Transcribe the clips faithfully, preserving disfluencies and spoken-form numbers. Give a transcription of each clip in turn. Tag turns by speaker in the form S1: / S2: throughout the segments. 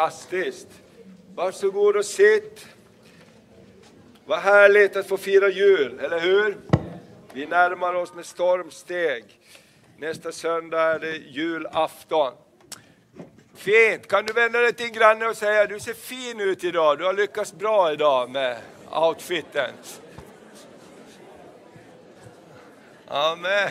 S1: Fantastiskt. Varsågod och sitt. Vad härligt att få fira jul, eller hur? Vi närmar oss med stormsteg. Nästa söndag är det julafton. Fint. Kan du vända dig till din granne och säga, du ser fin ut idag. Du har lyckats bra idag med outfiten. Amen.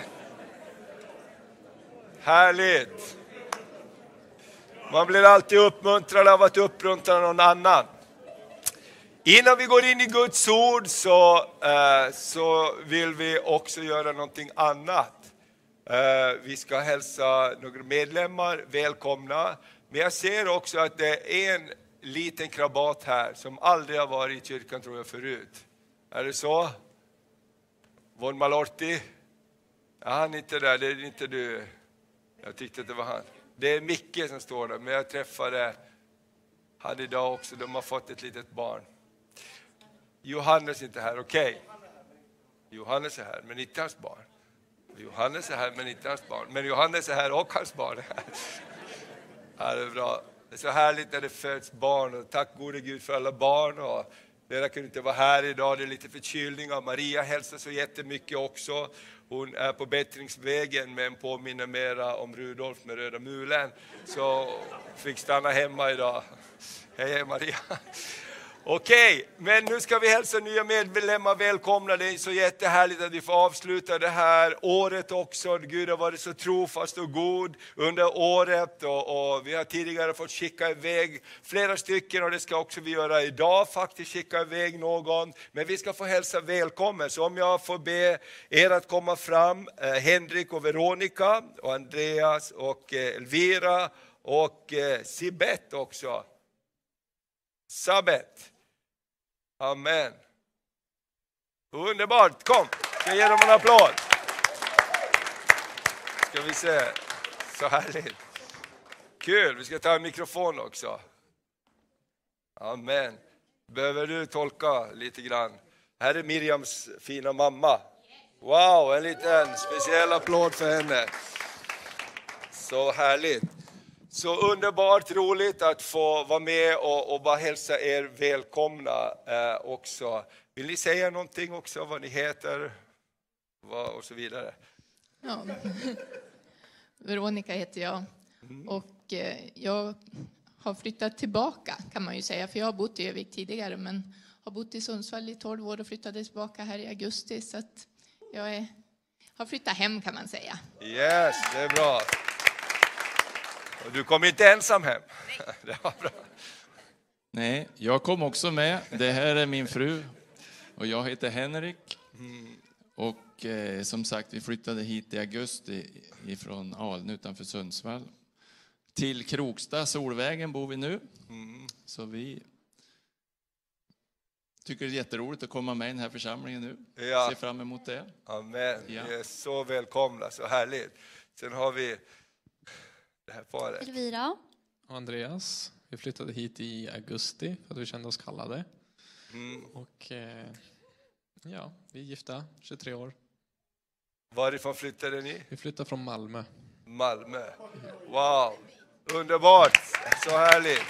S1: Härligt. Man blir alltid uppmuntrad av att uppmuntra någon annan. Innan vi går in i Guds ord så, eh, så vill vi också göra någonting annat. Eh, vi ska hälsa några medlemmar välkomna. Men jag ser också att det är en liten krabat här som aldrig har varit i kyrkan, tror jag, förut. Är det så? Von Malorti? Ja, han är inte där, det är inte du. Jag tyckte att det var han. Det är Micke som står där, men jag träffade han idag också. De har fått ett litet barn. Johannes är inte här, okej. Okay. Johannes är här, men inte hans barn. Johannes är här, men inte hans barn. Men Johannes är här och hans barn är här. Ja, det är bra. Det är så härligt när det föds barn. Och tack gode Gud för alla barn. Och Lena kunde inte vara här idag, det är lite förkylning. Och Maria hälsar så jättemycket också. Hon är på bättringsvägen, men påminner mera om Rudolf med röda mulen. Så fick stanna hemma idag. Hej Maria. Okej, men nu ska vi hälsa nya medlemmar välkomna. Det är så jättehärligt att vi får avsluta det här året också. Gud har varit så trofast och god under året. Och, och vi har tidigare fått skicka iväg flera stycken, och det ska också vi göra idag, faktiskt skicka iväg någon. Men vi ska få hälsa välkommen. Så om jag får be er att komma fram, eh, Henrik och Veronica och Andreas och eh, Elvira och eh, Sibet också. Sabet. Amen. Underbart. Kom. Ska jag ge dem en applåd. Ska vi se. Så härligt. Kul. Vi ska ta en mikrofon också. Amen. Behöver du tolka lite grann? Här är Miriams fina mamma. Wow, en liten speciell applåd för henne. Så härligt. Så underbart roligt att få vara med och, och bara hälsa er välkomna eh, också. Vill ni säga någonting också, vad ni heter vad, och så vidare?
S2: Ja. Veronica heter jag. Mm. Och eh, jag har flyttat tillbaka, kan man ju säga. För jag har bott i Övik tidigare, men har bott i Sundsvall i tolv år och flyttade tillbaka här i augusti. Så att jag är, har flyttat hem, kan man säga.
S1: Yes, det är bra. Och du kom inte ensam hem. Nej. Det var bra.
S3: Nej, jag kom också med. Det här är min fru. Och jag heter Henrik. Mm. Och eh, som sagt, vi flyttade hit i augusti ifrån Aln utanför Sundsvall. Till Krokstad, Solvägen, bor vi nu. Mm. Så vi tycker det är jätteroligt att komma med i den här församlingen nu. Ja. Ser fram emot det.
S1: Amen. Ja. Vi är så välkomna, så härligt. Sen har vi det här paret.
S4: Elvira.
S5: Och Andreas. Vi flyttade hit i augusti för att vi kände oss kallade. Mm. Och eh, ja, vi är gifta, tjugotre år.
S1: Varifrån flyttade ni?
S5: Vi flyttade från Malmö.
S1: Malmö. Wow, underbart. Så härligt.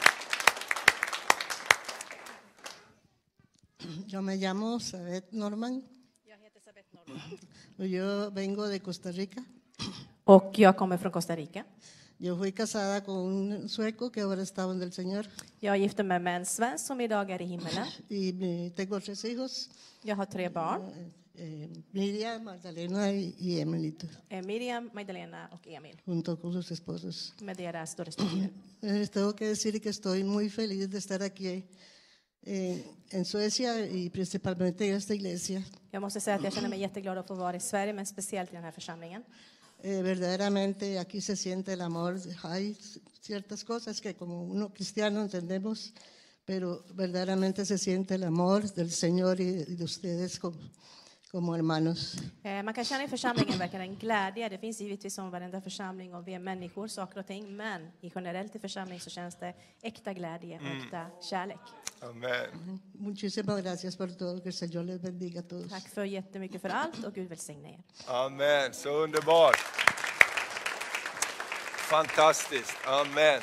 S6: Jag me llamo Sabet Norman.
S7: Jag heter Sabet Norman.
S6: Och jag vengo de Costa Rica.
S7: Och jag kommer från Costa Rica.
S6: Yo fui casada con un sueco que ahora está en el Señor.
S7: Jag gifte mig med en svensk som idag är i himmelen.
S6: Y tengo tres hijos.
S7: Jag har tre barn.
S6: Eh, Miriam, Magdalena y Emilito.
S7: Eh, Miriam, Magdalena och Emil.
S6: Junto con sus esposos.
S7: Med deras då respektive.
S6: Eh, tengo que decir que estoy muy feliz de estar aquí eh, en Suecia y principalmente en esta iglesia.
S7: Jag måste säga att jag känner mig jätteglad att få vara i Sverige, men speciellt i den här församlingen.
S6: Eh, verdaderamente aquí se siente el amor. Hay ciertas cosas que como uno cristiano entendemos, pero verdaderamente se siente el amor del Señor y de ustedes como, como hermanos.
S7: Eh, man kan känna i församlingen verkar en glädje. Det finns givetvis som varenda församling och vi är människor, saker och ting. Men i generellt i församling så känns det äkta glädje och mm. äkta kärlek.
S1: Amen.
S6: Muchísimas gracias por todo. Que el Señor les bendiga a todos.
S7: Tack för jättemycket för allt och Gud välsigne er.
S1: Amen, så underbart. Fantastiskt, amen.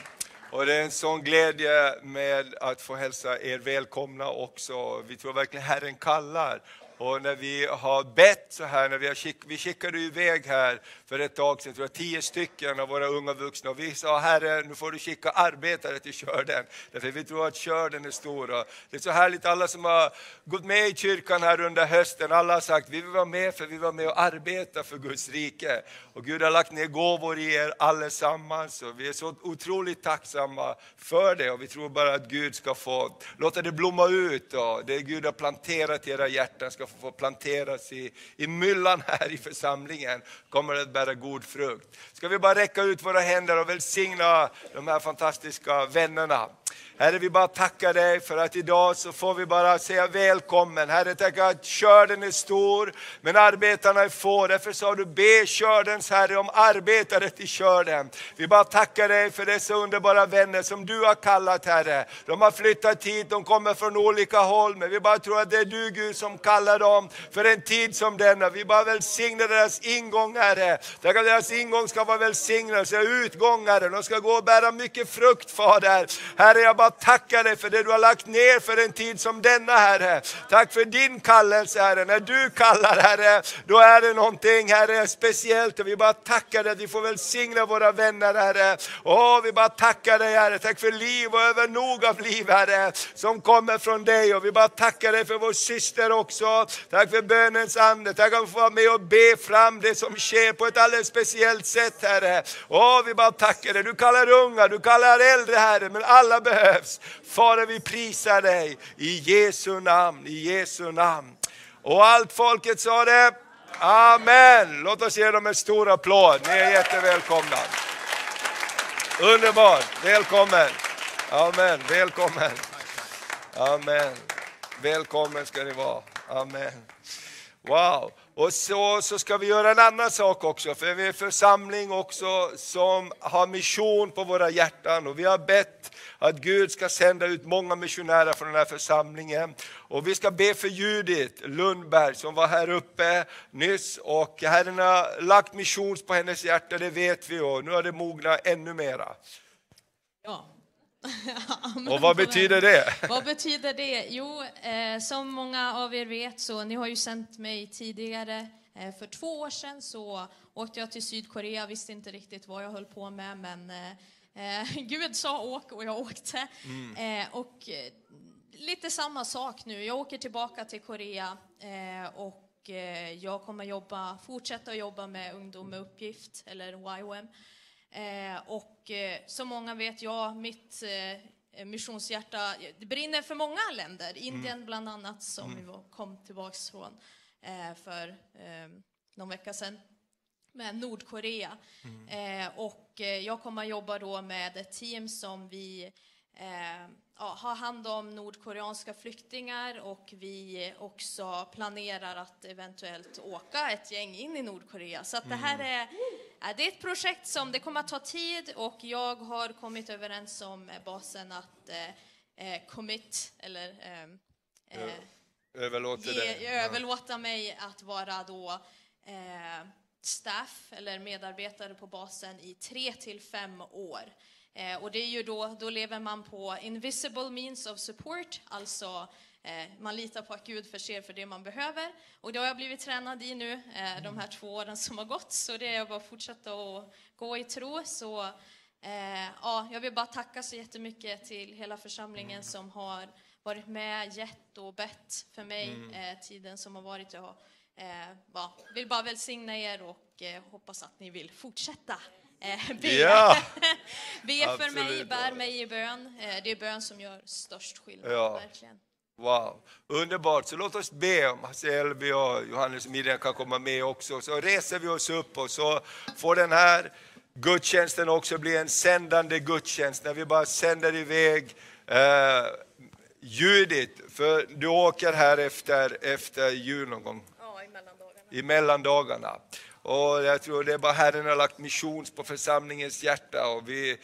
S1: Och det är en sån glädje med att få hälsa er välkomna också. Vi tror verkligen Herren kallar. Och när vi har bett så här, när vi, har skick, vi skickade iväg här för ett tag sedan, tror jag, tio stycken av våra unga vuxna. Och vi sa, Herre, nu får du skicka arbetare till Körden. Därför vi tror att Körden är stor. Och det är så härligt, alla som har gått med i kyrkan här under hösten, alla har sagt, vi vill vara med för vi var med och arbeta för Guds rike. Och Gud har lagt ner gåvor i er allesammans. Och vi är så otroligt tacksamma för det. Och vi tror bara att Gud ska få låta det blomma ut. Och det Gud har planterat i era hjärtan ska få planteras i, i myllan här i församlingen. Kommer att bära god frukt. Ska vi bara räcka ut våra händer och välsigna de här fantastiska vännerna. Herre, vi bara tackar dig för att idag så får vi bara säga välkommen. Herre, tack att körden är stor, men arbetarna är få. Därför sa du, be kördens Herre om arbetare till körden. Vi bara tackar dig för dessa underbara vänner som du har kallat, Herre. De har flyttat hit, de kommer från olika håll, men vi bara tror att det är du, Gud, som kallar dem för en tid som denna. Vi bara välsignar deras ingång, Herre. Tack att deras ingång ska vara välsignad, så utgång, Herre. De ska gå och bära mycket frukt, Fader. Herre, jag bara tackar dig för det du har lagt ner för en tid som denna, Herre. Tack för din kallelse, Herre. När du kallar, Herre, då är det någonting, Herre, speciellt. Och vi bara tackar dig att vi får välsigna våra vänner, Herre. Åh, vi bara tackar dig, Herre. Tack för liv och övernog av liv, Herre, som kommer från dig. Och vi bara tackar dig för vår syster också. Tack för bönens ande. Tack att vi får vara med och be fram det som sker på ett alldeles speciellt sätt, Herre. Åh, vi bara tackar dig. Du kallar unga, du kallar äldre, Herre, men alla behövs. Fader, vi prisar dig i Jesu namn, i Jesu namn. Och allt folket sa det, amen. Låt oss ge dem en stor applåd. Ni är jättevälkomna. Underbart, välkommen. Amen, välkommen. Amen. Välkommen ska ni vara. Amen. Wow. Och så, så ska vi göra en annan sak också. För vi är en församling också som har mission på våra hjärtan. Och vi har bett att Gud ska sända ut många missionärer från den här församlingen. Och vi ska be för Judith Lundberg som var här uppe nyss. Och Herren har lagt missions på hennes hjärta, det vet vi. Och nu har det mognat ännu mera.
S4: Ja.
S1: Och vad betyder det?
S4: Vad betyder det? Jo, eh, som många av er vet så ni har ju sänt mig tidigare. Eh, för två år sedan så åkte jag till Sydkorea, visste inte riktigt vad jag höll på med, men eh, Gud sa åk och jag åkte. Mm. Eh, och eh, lite samma sak nu. Jag åker tillbaka till Korea eh, och eh, jag kommer jobba, fortsätta jobba med ungdom med uppgift eller Y O M. Eh, och eh, som många vet jag, mitt eh, missionshjärta, det brinner för många länder. Indien mm. bland annat, som mm. vi kom tillbaks från eh, för eh, någon vecka sedan. Med Nordkorea. Mm. Eh, och eh, jag kommer jobba då med ett team som vi eh, ja, har hand om nordkoreanska flyktingar. Och vi också planerar att eventuellt åka ett gäng in i Nordkorea. Så att mm. det här är... Det är ett projekt som det kommer att ta tid och jag har kommit överens om basen att eh, commit eller eh,
S1: överlåta,
S4: ge, överlåta mig att vara då eh, staff eller medarbetare på basen i tre till fem år. Eh, och det är ju då, då lever man på invisible means of support, alltså Eh, man litar på att Gud förser för det man behöver. Och det har jag blivit tränad i nu eh, de här två åren som har gått. Så det är jag bara att fortsätta att gå i tro. Så eh, ja, jag vill bara tacka så jättemycket till hela församlingen som har varit med, gett och bett för mig mm. eh, tiden som har varit. Jag eh, ja, vill bara välsigna er och eh, hoppas att ni vill fortsätta. Eh, be
S1: ja.
S4: be för mig, bär mig i bön. Eh, det är bön som gör störst skillnad, ja. Verkligen.
S1: Wow, underbart. Så låt oss be om att Elvi och Johannes och Miriam kan komma med också. Så reser vi oss upp och så får den här gudstjänsten också bli en sändande gudstjänst. När vi bara sänder iväg eh, Judith. För du åker här efter, efter jul någon gång.
S4: Ja, i mellandagarna.
S1: I mellandagarna. Och jag tror det är bara Herren har lagt missions på församlingens hjärta. Och vi...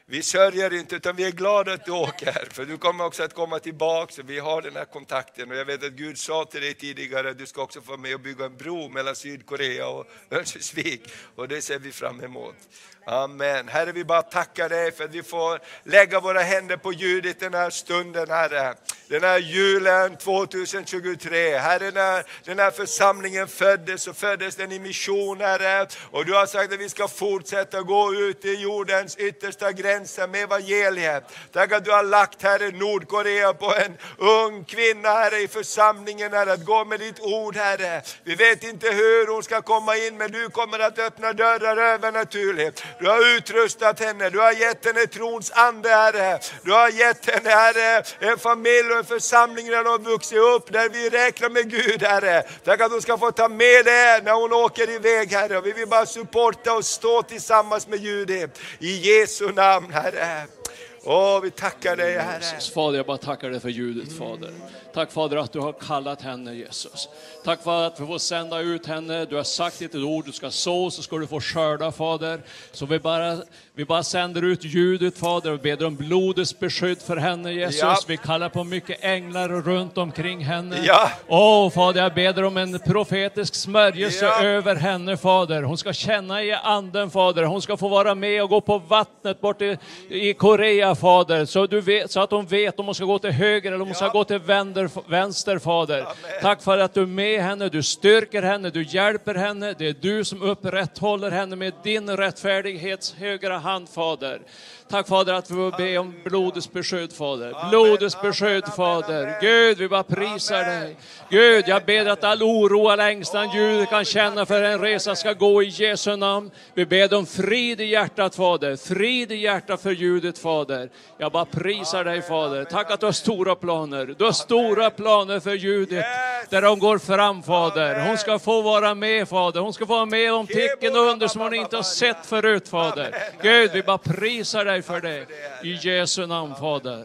S1: Vi sörjer inte, utan vi är glada att du åker. För du kommer också att komma tillbaka, så vi har den här kontakten. Och jag vet att Gud sa till dig tidigare att du ska också få med och bygga en bro mellan Sydkorea och Örnsköldsvik. Och det ser vi fram emot. Amen. Herre, vi bara tackar dig för att vi får lägga våra händer på Judit den här stunden, Herre. Den här julen tjugohundratjugotre. Herre, när den här församlingen föddes, så föddes den i mission, Herre. Och du har sagt att vi ska fortsätta gå ut i jordens yttersta gränser med evangeliet. Tack att du har lagt, Herre, Nordkorea på en ung kvinna, Herre, i församlingen, Herre, att gå med ditt ord, Herre. Vi vet inte hur hon ska komma in, men du kommer att öppna dörrar övernaturligt. Du har utrustat henne, du har gett henne trons ande, Herre. Du har gett henne, Herre, en familj och en församling där hon har vuxit upp, där vi räknar med Gud, Herre. Tack att hon ska få ta med det när hon åker iväg, Herre. Och vi vill bara supporta och stå tillsammans med Judit. I Jesu namn, Herre. Åh, vi tackar dig, Herre.
S8: Jesus, Fader, jag bara tackar dig för Judit, Fader. Tack, Fader, att du har kallat henne, Jesus. Tack för att vi får sända ut henne. Du har sagt i ditt ord, du ska så, så ska du få skörda, Fader. Så vi bara, vi bara sänder ut Judit, Fader, och ber om blodets beskydd för henne, Jesus. Ja. Vi kallar på mycket änglar runt omkring henne. Ja. Åh, Fader, jag ber om en profetisk smörjelse ja. över henne, Fader. Hon ska känna i anden, Fader. Hon ska få vara med och gå på vattnet bort i, i Korea, Fader. Så, du vet, så att hon vet om hon ska gå till höger eller om hon ska ja. gå till vänster, vänster, Fader. Amen. Tack för att du är med henne, du styrker henne, du hjälper henne. Det är du som upprätthåller henne med din rättfärdighets högra hand, Fader. Tack, Fader, att vi får be om blodets beskydd, Fader. Blodets beskydd, Fader. Gud, vi bara prisar dig. Gud, jag ber att all oro, all ängslan Gud kan känna för en resa ska gå i Jesu namn. Vi ber om frid i hjärtat, Fader. Frid i hjärtat för Judit, Fader. Jag bara prisar dig, Fader. Tack att du har stora planer. Du har stora planer för Judit. Där de går fram, Fader. Hon ska få vara med, Fader. Hon ska få vara med om tecken och under som hon inte har sett förut, Fader. Gud, vi bara prisar dig för det. I Jesu namn, Fader.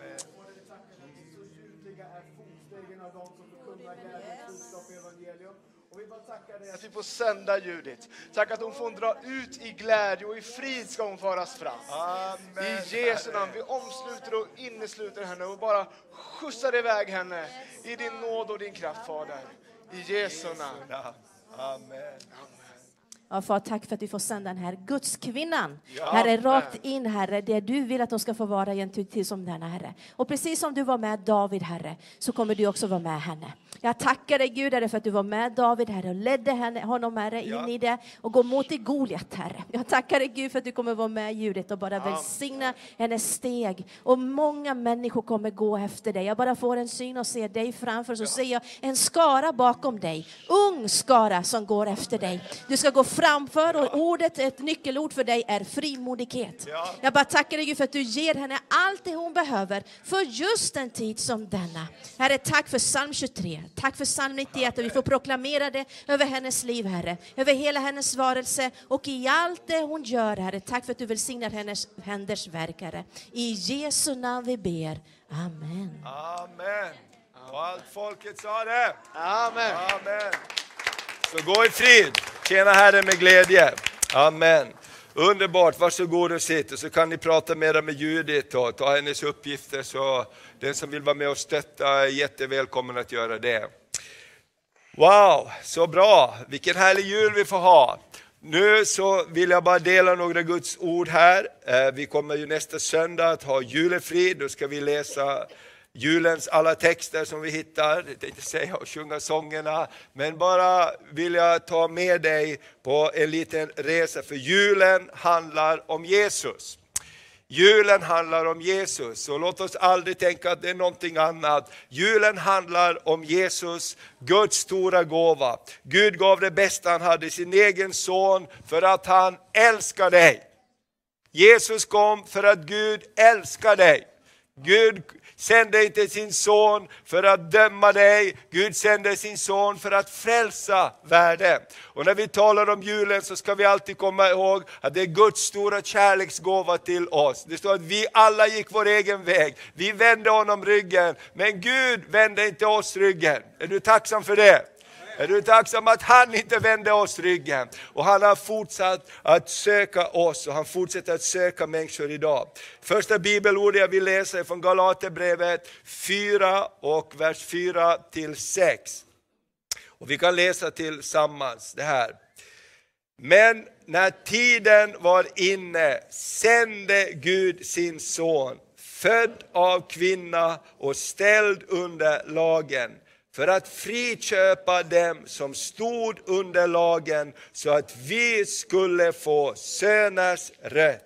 S9: Att vi får sända Judit. Tack att hon får dra ut i glädje och i frid ska hon föras fram. Amen. I Jesu namn. Vi omsluter och innesluter henne och bara skjutsar iväg henne i din nåd och din kraft, Fader. I Jesu namn. Amen.
S7: Ja, far, tack för att vi får sända den här Guds kvinnan. Ja, Herre, rakt in, Herre, det du vill att de ska få vara i en tid som denna, Herre. Och precis som du var med David, Herre, så kommer du också vara med henne. Jag tackar dig, Gud, Herre, för att du var med David, Herre, och ledde henne, honom, Herre, in ja. i det och gå mot i Goliat, Herre. Jag tackar dig, Gud, för att du kommer vara med Judit och bara välsigna hennes steg. Och många människor kommer gå efter dig. Jag bara får en syn och ser dig framför, så ja. ser jag en skara bakom dig. Ung skara som går efter dig. Du ska gå framför, och ordet, ett nyckelord för dig är frimodighet. Ja. Jag bara tackar dig, Gud, för att du ger henne allt det hon behöver för just en tid som denna. Herre, tack för psalm tjugotre. Tack för psalm nittioett, och vi får proklamera det över hennes liv, Herre. Över hela hennes varelse och i allt det hon gör, Herre. Tack för att du välsignar hennes händers verk, Herre. I Jesu namn vi ber. Amen.
S1: Amen. Och allt folket sa det.
S9: Amen.
S1: Amen. Så gå i frid. Tjäna Herren med glädje. Amen. Underbart, varsågod och sitt. Och så kan ni prata mera med Judit och ta hennes uppgifter. Så den som vill vara med och stötta är jättevälkommen att göra det. Wow, så bra. Vilken härlig jul vi får ha. Nu så vill jag bara dela några Guds ord här. Vi kommer ju nästa söndag att ha julefrid. Då ska vi läsa julens alla texter som vi hittar, jag tänkte säga, och sjunga sångerna. Men bara vill jag ta med dig på en liten resa, för julen handlar om Jesus. Julen handlar om Jesus, och låt oss aldrig tänka att det är någonting annat. Julen handlar om Jesus, Guds stora gåva. Gud gav det bästa han hade, sin egen son, för att han älskar dig. Jesus kom för att Gud älskar dig. Gud sände inte sin son för att döma dig. Gud sände sin son för att frälsa världen. Och när vi talar om julen så ska vi alltid komma ihåg att det är Guds stora kärleksgåva till oss. Det står att vi alla gick vår egen väg. Vi vände honom ryggen, men Gud vände inte oss ryggen. Är du tacksam för det? Är du tacksam att han inte vände oss ryggen? Och han har fortsatt att söka oss och han fortsätter att söka människor idag. Första bibelordet jag vill läsa är från Galaterbrevet fyra och vers fyra till sex. Och vi kan läsa tillsammans det här. Men när tiden var inne sände Gud sin son, född av kvinna och ställd under lagen, för att friköpa dem som stod under lagen, så att vi skulle få söners rätt.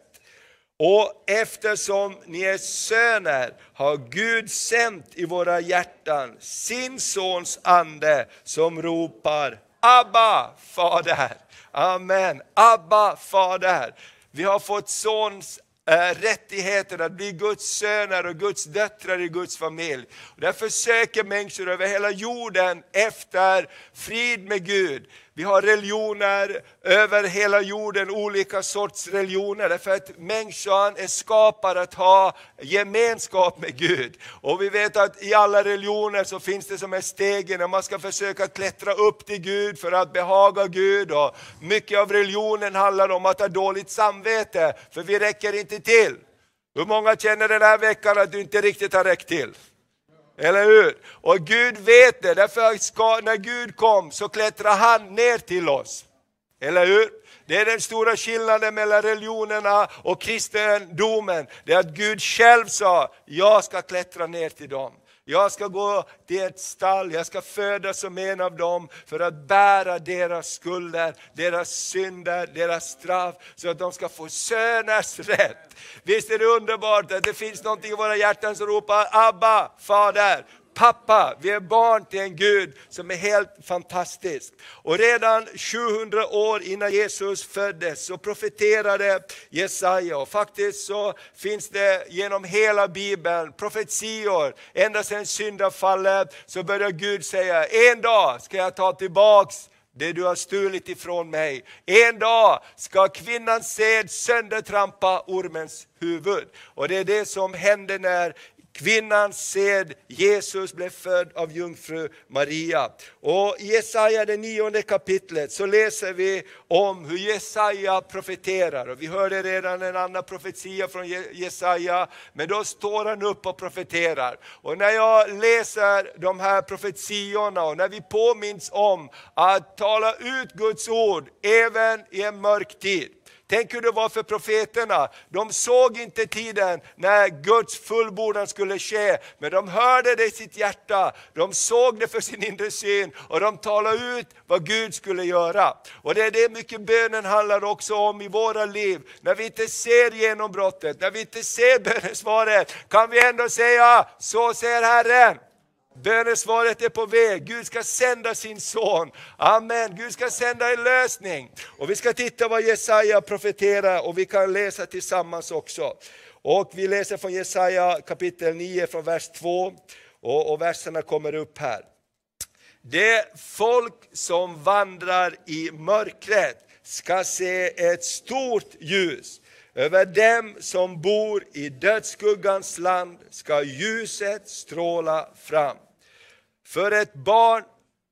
S1: Och eftersom ni är söner har Gud sänt i våra hjärtan sin sons ande som ropar Abba, Fader. Amen. Abba, Fader. Vi har fått sons äh, rättigheter att bli Guds söner och Guds döttrar i Guds familj. Och därför söker människor över hela jorden efter frid med Gud. Vi har religioner över hela jorden, olika sorts religioner. Därför att människan är skapad att ha gemenskap med Gud. Och vi vet att i alla religioner så finns det som är stegen när man ska försöka klättra upp till Gud för att behaga Gud. Och mycket av religionen handlar om att ha dåligt samvete, för vi räcker inte till. Hur många känner den här veckan att du inte riktigt har räckt till? Eller hur? Och Gud vet det. Därför ska, när Gud kom så klättrar han ner till oss. Eller hur? Det är den stora skillnaden mellan religionerna och kristendomen. Det är att Gud själv sa, jag ska klättra ner till dem. Jag ska gå till ett stall, jag ska födas som en av dem för att bära deras skulder, deras synder, deras straff, så att de ska få söners rätt. Visst är det underbart att det finns någonting i våra hjärtan som ropar Abba, Fader. Pappa, vi är barn till en Gud som är helt fantastisk. Och redan sjuhundra år innan Jesus föddes så profeterade Jesaja. Och faktiskt så finns det genom hela Bibeln profetior. Ända sedan syndafallet så börjar Gud säga, en dag ska jag ta tillbaks det du har stulit ifrån mig. En dag ska kvinnans sed söndertrampa ormens huvud. Och det är det som hände när kvinnans sed, Jesus blev född av jungfru Maria. Och i Jesaja det nionde kapitlet så läser vi om hur Jesaja profeterar. Och vi hörde redan en annan profetia från Jesaja, men då står han upp och profeterar. Och när jag läser de här profetiorna och när vi påminns om att tala ut Guds ord även i en mörk tid. Tänk hur det var för profeterna. De såg inte tiden när Guds fullbordan skulle ske. Men de hörde det i sitt hjärta. De såg det för sin inre syn. Och de talade ut vad Gud skulle göra. Och det är det mycket bönen handlar också om i våra liv. När vi inte ser genombrottet. När vi inte ser bönesvaret. Kan vi ändå säga, så säger Herren. Bönesvaret är på väg. Gud ska sända sin son. Amen. Gud ska sända en lösning. Och vi ska titta vad Jesaja profeterar. Och vi kan läsa tillsammans också. Och vi läser från Jesaja kapitel nio från vers två. Och, och verserna kommer upp här. Det folk som vandrar i mörkret ska se ett stort ljus. Över dem som bor i dödsskuggans land ska ljuset stråla fram. För ett barn,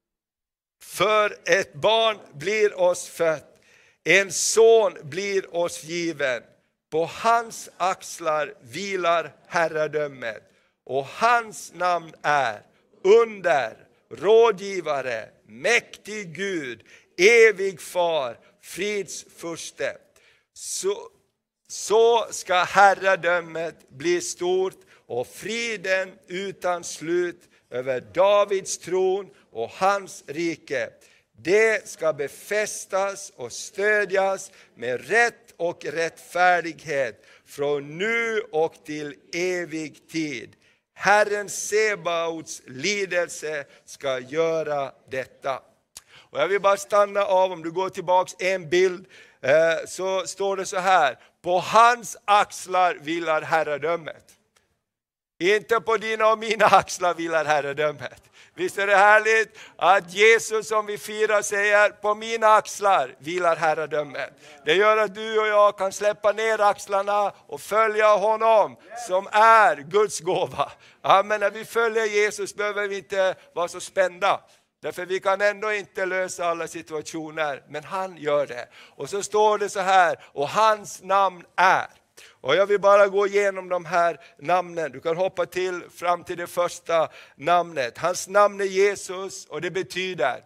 S1: för ett barn blir oss fött, en son blir oss given. På hans axlar vilar herradömet, och hans namn är under, rådgivare, mäktig Gud, evig far, fridsfurste. Så Så ska herradömet bli stort och friden utan slut över Davids tron och hans rike. Det ska befästas och stödjas med rätt och rättfärdighet från nu och till evig tid. Herren Sebaots lidelse ska göra detta. Och jag vill bara stanna av, om du går tillbaks en bild, så står det så här. På hans axlar vilar herradömet. Inte på dina och mina axlar vilar herradömet. Visst är det härligt att Jesus som vi firar säger, på mina axlar vilar herradömet. Det gör att du och jag kan släppa ner axlarna och följa honom som är Guds gåva. Amen. När vi följer Jesus behöver vi inte vara så spända. Därför vi kan ändå inte lösa alla situationer, men han gör det. Och så står det så här, och hans namn är. Och jag vill bara gå igenom de här namnen. Du kan hoppa till fram till det första namnet. Hans namn är Jesus och det betyder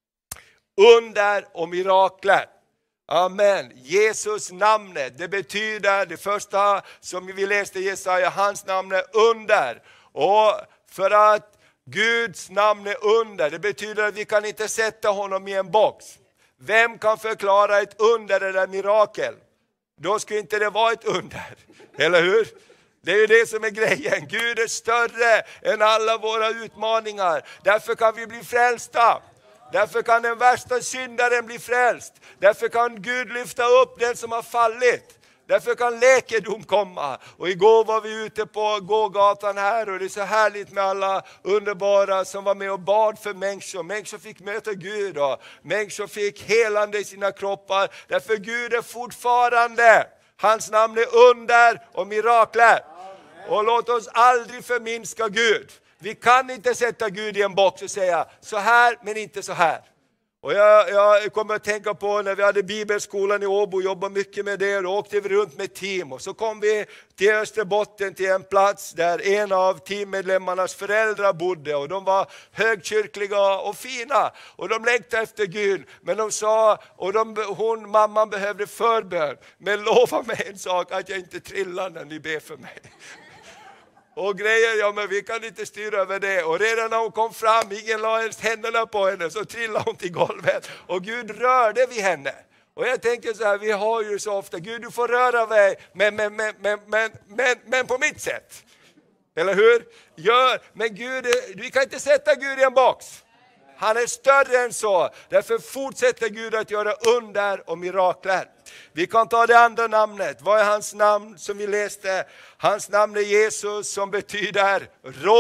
S1: under och mirakler. Amen. Jesus namnet, det betyder det första som vi läste i Jesaja, hans namn är under. Och för att Guds namn är under, det betyder att vi kan inte sätta honom i en box. Vem kan förklara ett under eller mirakel? Då skulle inte det vara ett under, eller hur? Det är ju det som är grejen. Gud är större än alla våra utmaningar. Därför kan vi bli frälsta. Därför kan den värsta syndaren bli frälst. Därför kan Gud lyfta upp den som har fallit. Därför kan läkedom komma. Och igår var vi ute på gågatan här och det är så härligt med alla underbara som var med och bad för människor. Människor fick möta Gud och människor fick helande i sina kroppar. Därför Gud är fortfarande, hans namn är under och mirakler. Och låt oss aldrig förminska Gud. Vi kan inte sätta Gud i en box och säga så här men inte så här. Och jag, jag kommer att tänka på när vi hade bibelskolan i Åbo och jobbade mycket med det. Då åkte vi runt med team och så kom vi till Österbotten till en plats där en av teammedlemmarnas föräldrar bodde. Och de var högkyrkliga och fina och de längtade efter Gud. Men de sa, och de, hon, mamman behövde förbön. Men lova mig en sak, att jag inte trillar när ni ber för mig. Och grejer, ja men vi kan inte styra över det. Och redan när hon kom fram, ingen la ens händerna på henne, så trillade hon till golvet. Och Gud rörde vid henne. Och jag tänker så här, vi har ju så ofta, Gud du får röra mig, men, men, men, men, men, men, men på mitt sätt. Eller hur? Gör, men Gud, vi kan inte sätta Gud i en box. Han är större än så. Därför fortsätter Gud att göra under och mirakler. Vi kan ta det andra namnet. Vad är hans namn som vi läste? Hans namn är Jesus som betyder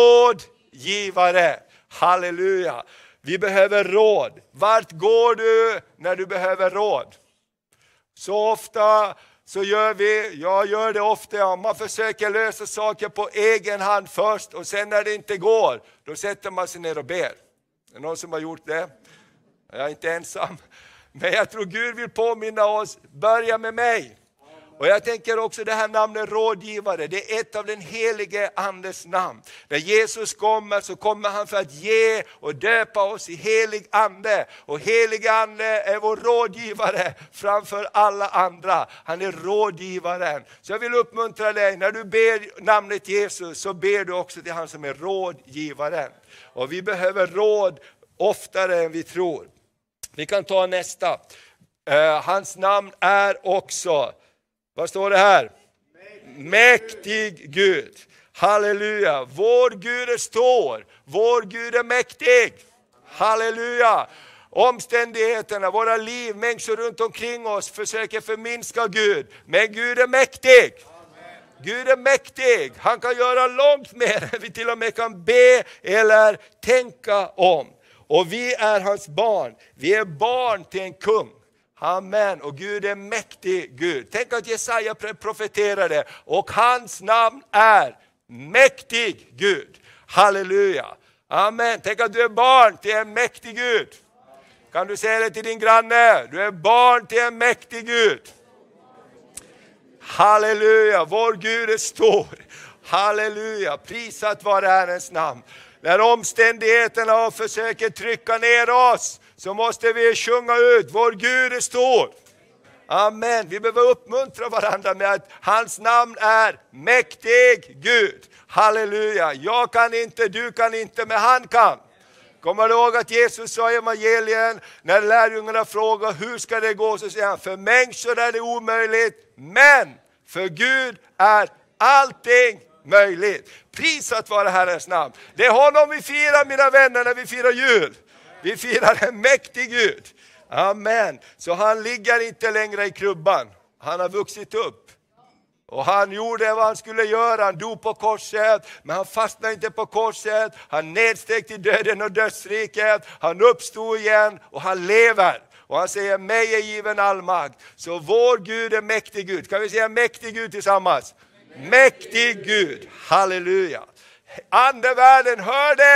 S1: rådgivare. Halleluja. Vi behöver råd. Vart går du när du behöver råd? Så ofta så gör vi, jag gör det ofta, man försöker lösa saker på egen hand först och sen när det inte går, då sätter man sig ner och ber. Är det någon som har gjort det? Jag är inte ensam. Men jag tror Gud vill påminna oss, börja med mig. Och jag tänker också det här namnet rådgivare, det är ett av den helige andes namn. När Jesus kommer så kommer han för att ge och döpa oss i helig ande. Och helig ande är vår rådgivare framför alla andra. Han är rådgivaren. Så jag vill uppmuntra dig, när du ber namnet Jesus så ber du också till han som är rådgivaren. Och vi behöver råd oftare än vi tror. Vi kan ta nästa. Uh, hans namn är också, vad står det här? Mäktig Gud. Halleluja. Vår Gud är stor. Vår Gud är mäktig. Halleluja. Omständigheterna, våra liv, människor runt omkring oss försöker förminska Gud. Men Gud är mäktig. Gud är mäktig. Han kan göra långt mer än vi till och med kan be eller tänka om. Och vi är hans barn. Vi är barn till en kung. Amen. Och Gud är mäktig Gud. Tänk att Jesaja profeterade. Och hans namn är mäktig Gud. Halleluja. Amen. Tänk att du är barn till en mäktig Gud. Kan du säga det till din granne? Du är barn till en mäktig Gud. Halleluja. Vår Gud är stor. Halleluja. Prisat vare Herrens namn. När omständigheterna försöker trycka ner oss så måste vi sjunga ut, vår Gud är stor. Amen. Vi behöver uppmuntra varandra med att hans namn är mäktig Gud. Halleluja. Jag kan inte, du kan inte, men han kan. Kommer du ihåg att Jesus sa i evangelien när lärjungarna frågar hur ska det gå, så säger han, för människor är det omöjligt, men för Gud är allting möjligt. Prisat vare Herrens namn. Det är honom vi firar, mina vänner, när vi firar jul. Vi firar en mäktig Gud. Amen. Så han ligger inte längre i krubban. Han har vuxit upp. Och han gjorde vad han skulle göra. Han dog på korset. Men han fastnade inte på korset. Han nedsteg till döden och dödsriket. Han uppstod igen och han lever. Och han säger, mig är given all makt. Så vår Gud är mäktig Gud. Kan vi säga mäktig Gud tillsammans? Mäktig Gud. Halleluja. Andevärlden, hör det.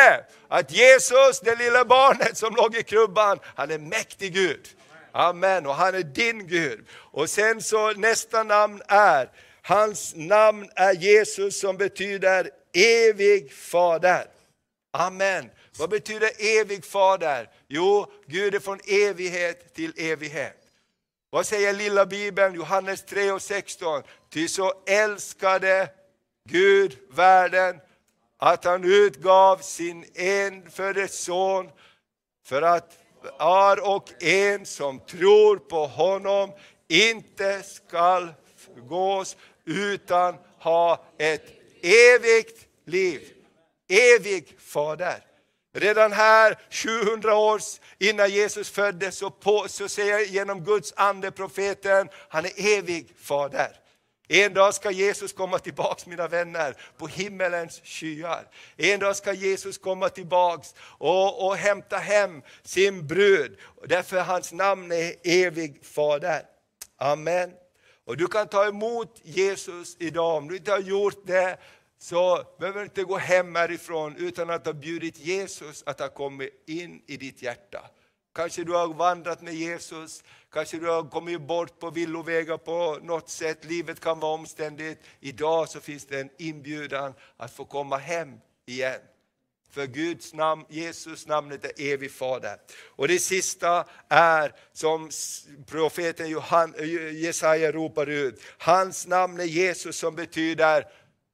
S1: att Jesus, det lilla barnet som låg i krubban, han är mäktig Gud. Amen, och han är din Gud. Och sen så nästa namn är, hans namn är Jesus som betyder evig fader. Amen. Vad betyder evig fader? Jo, Gud är från evighet till evighet. Vad säger lilla Bibeln? Johannes tre och sexton. Ty så älskade Gud världen att han utgav sin enfödde son för att var och en som tror på honom inte ska gås utan ha ett evigt liv. Evig fader. Redan här sjuhundra år innan Jesus föddes så, på, så säger genom Guds ande profeten, han är evig fader. En dag ska Jesus komma tillbaks, mina vänner, på himmelens skyar. En dag ska Jesus komma tillbaks och, och hämta hem sin brud. Därför hans namn är evig fader. Amen. Och du kan ta emot Jesus idag. Om du inte har gjort det, så behöver du inte gå hem härifrån utan att ha bjudit Jesus att ha kommit in i ditt hjärta. Kanske du har vandrat med Jesus, kanske du har kommit bort på villovägar på något sätt. Livet kan vara omständigt. Idag så finns det en inbjudan att få komma hem igen. För Guds namn, Jesus namnet är evig fader. Och det sista är som profeten Johan, Jesaja ropar ut. Hans namn är Jesus som betyder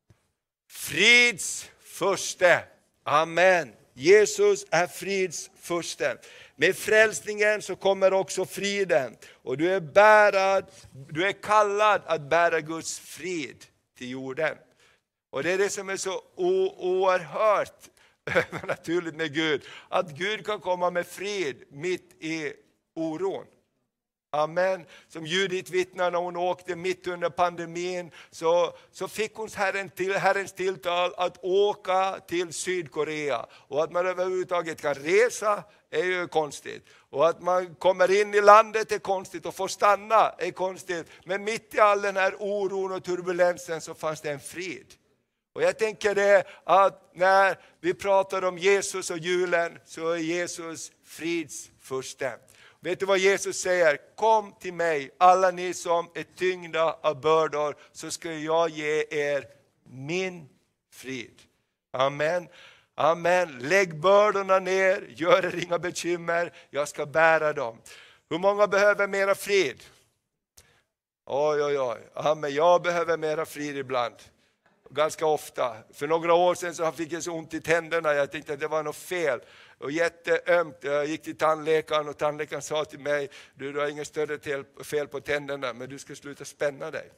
S1: frids furste. Amen. Jesus är frids furste. Med frälsningen så kommer också friden. Och du är bärad, du är kallad att bära Guds frid till jorden. Och det är det som är så oerhört naturligt med Gud. Att Gud kan komma med frid mitt i oron. Amen. Som Judith vittnar när hon åkte mitt under pandemin, så, så fick hon herren till, Herrens tilltal att åka till Sydkorea. Och att man överhuvudtaget kan resa är ju konstigt. Och att man kommer in i landet är konstigt och får stanna är konstigt. Men mitt i all den här oron och turbulensen så fanns det en frid. Och jag tänker det att när vi pratar om Jesus och julen så är Jesus frids furste. Vet du vad Jesus säger? Kom till mig, alla ni som är tyngda av bördor, så ska jag ge er min frid. Amen. Amen. Lägg bördorna ner, gör er inga bekymmer, jag ska bära dem. Hur många behöver mera frid? Oj, oj, oj. Amen. Jag behöver mera frid ibland. Ganska ofta. För några år sedan så fick jag så ont i tänderna. Jag tänkte att det var något fel. Och jätteömt. Jag gick till tandläkaren och tandläkaren sa till mig, du, du har ingen större fel på tänderna, men du ska sluta spänna dig.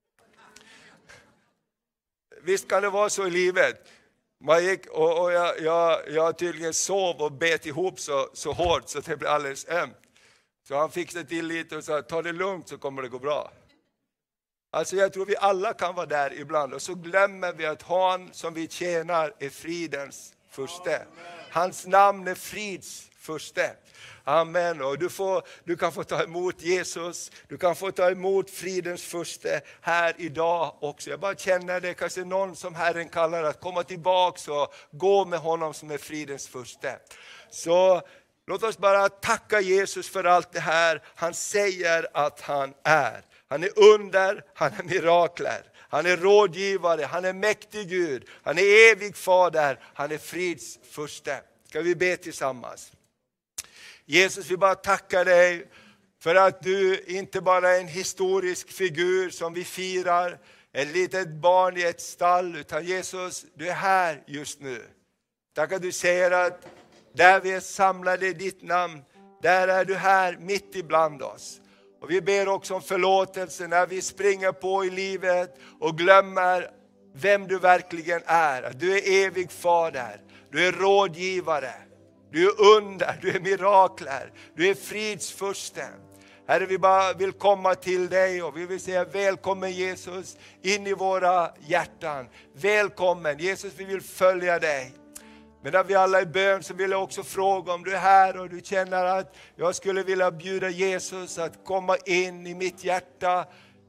S1: Visst kan det vara så i livet. Man gick och, och jag, jag, jag tydligen sov och bet ihop så, så hårt så det blev alldeles ömt. Så han fixade till lite och sa, ta det lugnt så kommer det gå bra. Alltså jag tror vi alla kan vara där ibland. Och så glömmer vi att han som vi tjänar är fridens furste. Hans namn är frids furste. Amen. Och du, får, du kan få ta emot Jesus. Du kan få ta emot fridens furste här idag också. Jag bara känner det. Kanske någon som Herren kallar att komma tillbaka och gå med honom som är fridens furste. Så låt oss bara tacka Jesus för allt det här. Han säger att han är. Han är under, han är mirakler. Han är rådgivare, han är mäktig Gud. Han är evig fader, han är frids furste. Ska vi be tillsammans? Jesus, vi bara tackar dig för att du inte bara är en historisk figur som vi firar. Ett litet barn i ett stall. Utan Jesus, du är här just nu. Tack att du säger att där vi är samlade i ditt namn, där är du här mitt ibland oss. Och vi ber också om förlåtelse när vi springer på i livet och glömmer vem du verkligen är. Att du är evig fader, du är rådgivare, du är under, du är mirakler, du är fridsfursten. Herre, vi bara vill komma till dig och vi vill säga välkommen Jesus in i våra hjärtan. Välkommen Jesus, vi vill följa dig. Men när vi alla är bön så vill jag också fråga om du är här och du känner att jag skulle vilja bjuda Jesus att komma in i mitt hjärta.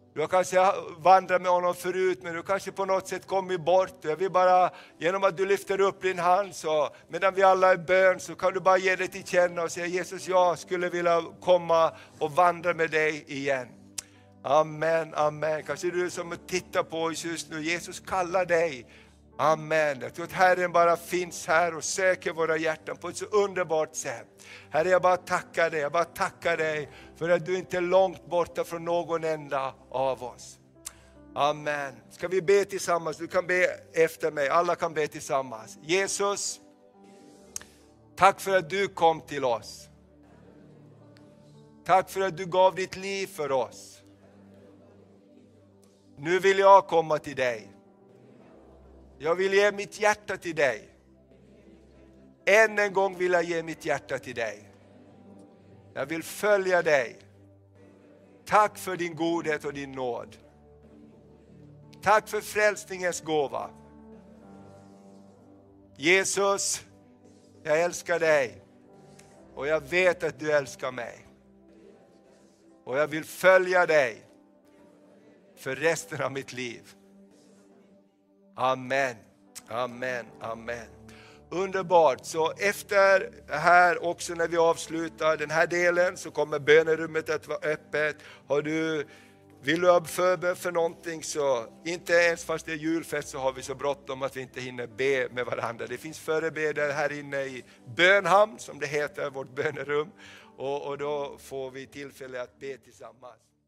S1: Du har kanske vandrat med honom förut, men du kanske på något sätt kommit bort. Jag vill bara, genom att du lyfter upp din hand, så medan vi alla är bön, så kan du bara ge dig till känna och säga: Jesus, jag skulle vilja komma och vandra med dig igen. Amen, amen. Kanske du som tittar på oss just nu, Jesus kallar dig. Amen. Jag tror att Herren bara finns här och söker våra hjärtan på ett så underbart sätt. Herre, jag bara tackar dig. Jag bara tackar dig för att du inte är långt borta från någon enda av oss. Amen. Ska vi be tillsammans? Du kan be efter mig. Alla kan be tillsammans. Jesus, tack för att du kom till oss. Tack för att du gav ditt liv för oss. Nu vill jag komma till dig. Jag vill ge mitt hjärta till dig. Än en gång vill jag ge mitt hjärta till dig. Jag vill följa dig. Tack för din godhet och din nåd. Tack för frälsningens gåva. Jesus, jag älskar dig. Och jag vet att du älskar mig. Och jag vill följa dig för resten av mitt liv. Amen, amen, amen. Underbart. Så efter här också, när vi avslutar den här delen, så kommer bönerummet att vara öppet. Har du, vill du ha förbön för någonting, så inte ens fast det är julfest så har vi så bråttom att vi inte hinner be med varandra. Det finns förebedjare här inne i bönhamn, som det heter, vårt bönerum. Och, och då får vi tillfälle att be tillsammans.